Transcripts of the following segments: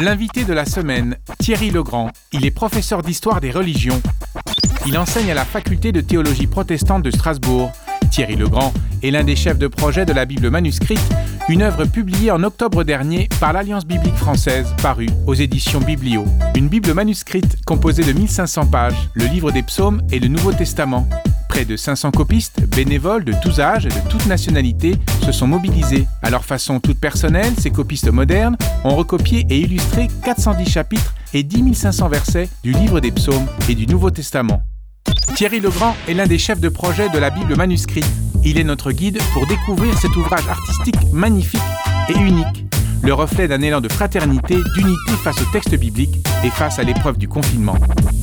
L'invité de la semaine, Thierry Legrand. Il est professeur d'histoire des religions. Il enseigne à la faculté de théologie protestante de Strasbourg. Thierry Legrand est l'un des chefs de projet de la Bible manuscrite, une œuvre publiée en octobre dernier par l'Alliance biblique française, parue aux éditions Biblio. Une Bible manuscrite composée de 1500 pages, le livre des psaumes et le Nouveau Testament. Près de 500 copistes, bénévoles de tous âges et de toutes nationalités, se sont mobilisés. À leur façon toute personnelle, ces copistes modernes ont recopié et illustré 410 chapitres et 10 500 versets du livre des psaumes et du Nouveau Testament. Thierry Legrand est l'un des chefs de projet de la Bible manuscrite. Il est notre guide pour découvrir cet ouvrage artistique magnifique et unique. Le reflet d'un élan de fraternité, d'unité face au texte biblique et face à l'épreuve du confinement.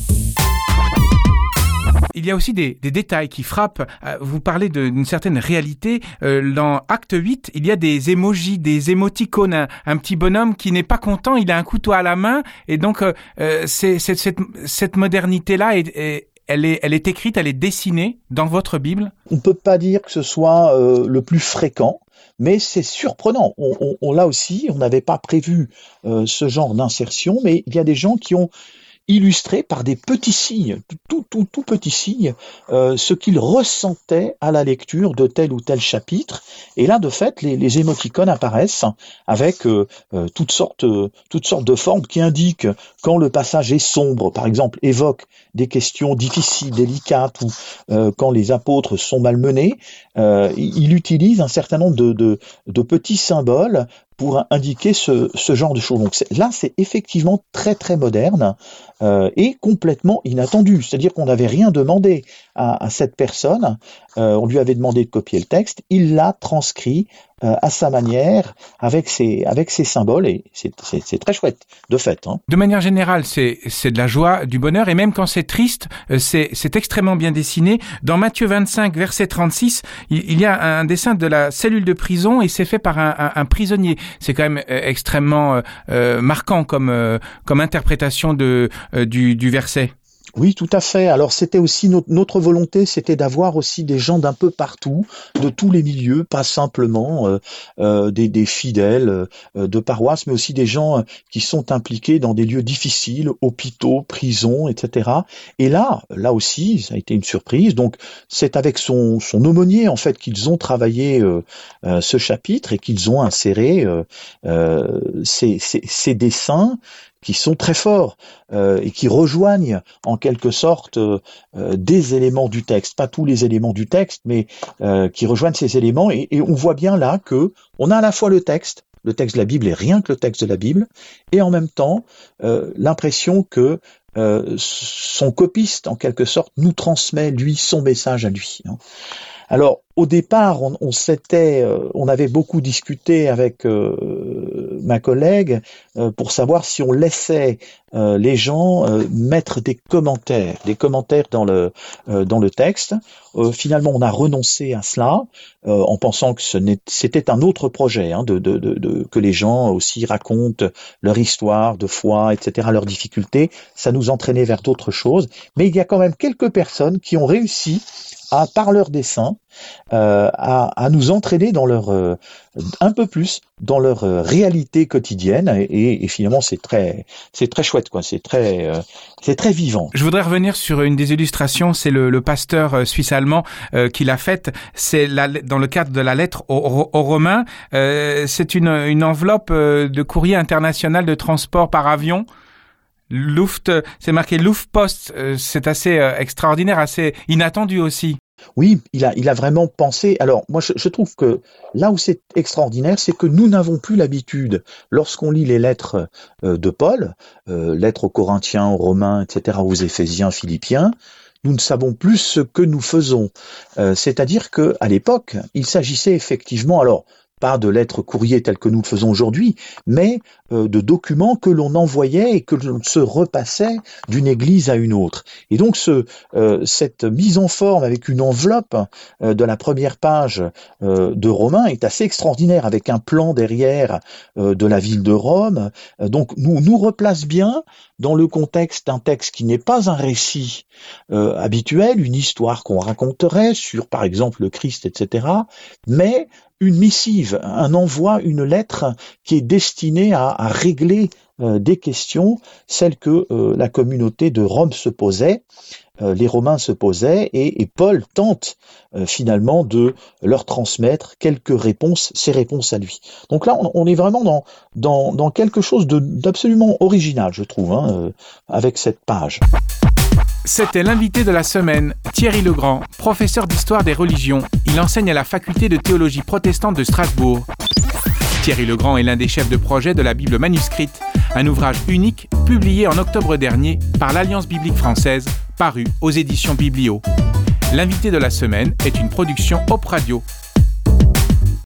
Il y a aussi des détails qui frappent. Vous parlez d'une certaine réalité. Dans Acte 8, il y a des emojis, des émoticônes. Un petit bonhomme qui n'est pas content, il a un couteau à la main. Et donc, cette modernité-là, elle est écrite, elle est dessinée dans votre Bible? On ne peut pas dire que ce soit le plus fréquent. Mais c'est surprenant. On là aussi, on n'avait pas prévu ce genre d'insertion, mais il y a des gens qui ont illustré par des petits signes, tout petits signes, ce qu'ils ressentaient à la lecture de tel ou tel chapitre. Et là, de fait, les émoticônes apparaissent avec toutes sortes de formes qui indiquent quand le passage est sombre, par exemple, évoque des questions difficiles, délicates, ou quand les apôtres sont malmenés, il utilise un certain nombre de petits symboles pour indiquer ce genre de choses. Donc là, c'est effectivement très très moderne et complètement inattendu. C'est-à-dire qu'on n'avait rien demandé à cette personne. On lui avait demandé de copier le texte. Il l'a transcrit à sa manière, avec ses symboles, et c'est très chouette, de fait. Hein. De manière générale, c'est de la joie, du bonheur, et même quand c'est triste, c'est extrêmement bien dessiné. Dans Matthieu 25, verset 36, il y a un dessin de la cellule de prison, et c'est fait par un prisonnier. C'est quand même extrêmement marquant comme interprétation du verset. Oui, tout à fait. Alors c'était aussi notre volonté, c'était d'avoir aussi des gens d'un peu partout, de tous les milieux, pas simplement des fidèles de paroisse, mais aussi des gens qui sont impliqués dans des lieux difficiles, hôpitaux, prisons, etc. Et là aussi, ça a été une surprise. Donc c'est avec son aumônier en fait qu'ils ont travaillé ce chapitre et qu'ils ont inséré ces dessins qui sont très forts et qui rejoignent en quelque sorte des éléments du texte, pas tous les éléments du texte, mais qui rejoignent ces éléments, et on voit bien là que on a à la fois le texte de la Bible est rien que le texte de la Bible, et en même temps l'impression que son copiste en quelque sorte nous transmet lui son message à lui. Alors au départ, on avait beaucoup discuté avec ma collègue pour savoir si on laissait les gens mettre des commentaires dans le texte. Finalement, on a renoncé à cela en pensant que c'était un autre projet, que les gens aussi racontent leur histoire de foi, etc., leurs difficultés. Ça nous entraînait vers d'autres choses. Mais il y a quand même quelques personnes qui ont réussi par leur dessin, à nous entraîner dans un peu plus dans leur réalité quotidienne, et finalement c'est très chouette, quoi. C'est très vivant. Je voudrais revenir sur une des illustrations. C'est le pasteur suisse-allemand qui l'a faite. C'est dans le cadre de la lettre aux Romains. C'est une enveloppe de courrier international de transport par avion. C'est marqué Luftpost, c'est assez extraordinaire, assez inattendu aussi. Oui, il a vraiment pensé. Alors moi je trouve que là où c'est extraordinaire, c'est que nous n'avons plus l'habitude, lorsqu'on lit les lettres de Paul, lettres aux Corinthiens, aux Romains, etc., aux Éphésiens, Philippiens, nous ne savons plus ce que nous faisons. C'est-à-dire que à l'époque, il s'agissait effectivement, alors pas de lettres courrier telles que nous le faisons aujourd'hui, mais de documents que l'on envoyait et que l'on se repassait d'une église à une autre. Et donc cette mise en forme avec une enveloppe de la première page de Romains est assez extraordinaire, avec un plan derrière de la ville de Rome. Donc nous replace bien dans le contexte d'un texte qui n'est pas un récit habituel, une histoire qu'on raconterait sur, par exemple, le Christ, etc., mais une missive, un envoi, une lettre qui est destinée à régler des questions, celles que la communauté de Rome se posait, les Romains se posaient, et Paul tente finalement de leur transmettre quelques réponses, ses réponses à lui. Donc là, on est vraiment dans quelque chose d'absolument original, je trouve, avec cette page. C'était l'invité de la semaine, Thierry Legrand, professeur d'histoire des religions. Il enseigne à la faculté de théologie protestante de Strasbourg. Thierry Legrand est l'un des chefs de projet de la Bible manuscrite, un ouvrage unique publié en octobre dernier par l'Alliance biblique française, paru aux éditions Biblio. L'invité de la semaine est une production Hop Radio.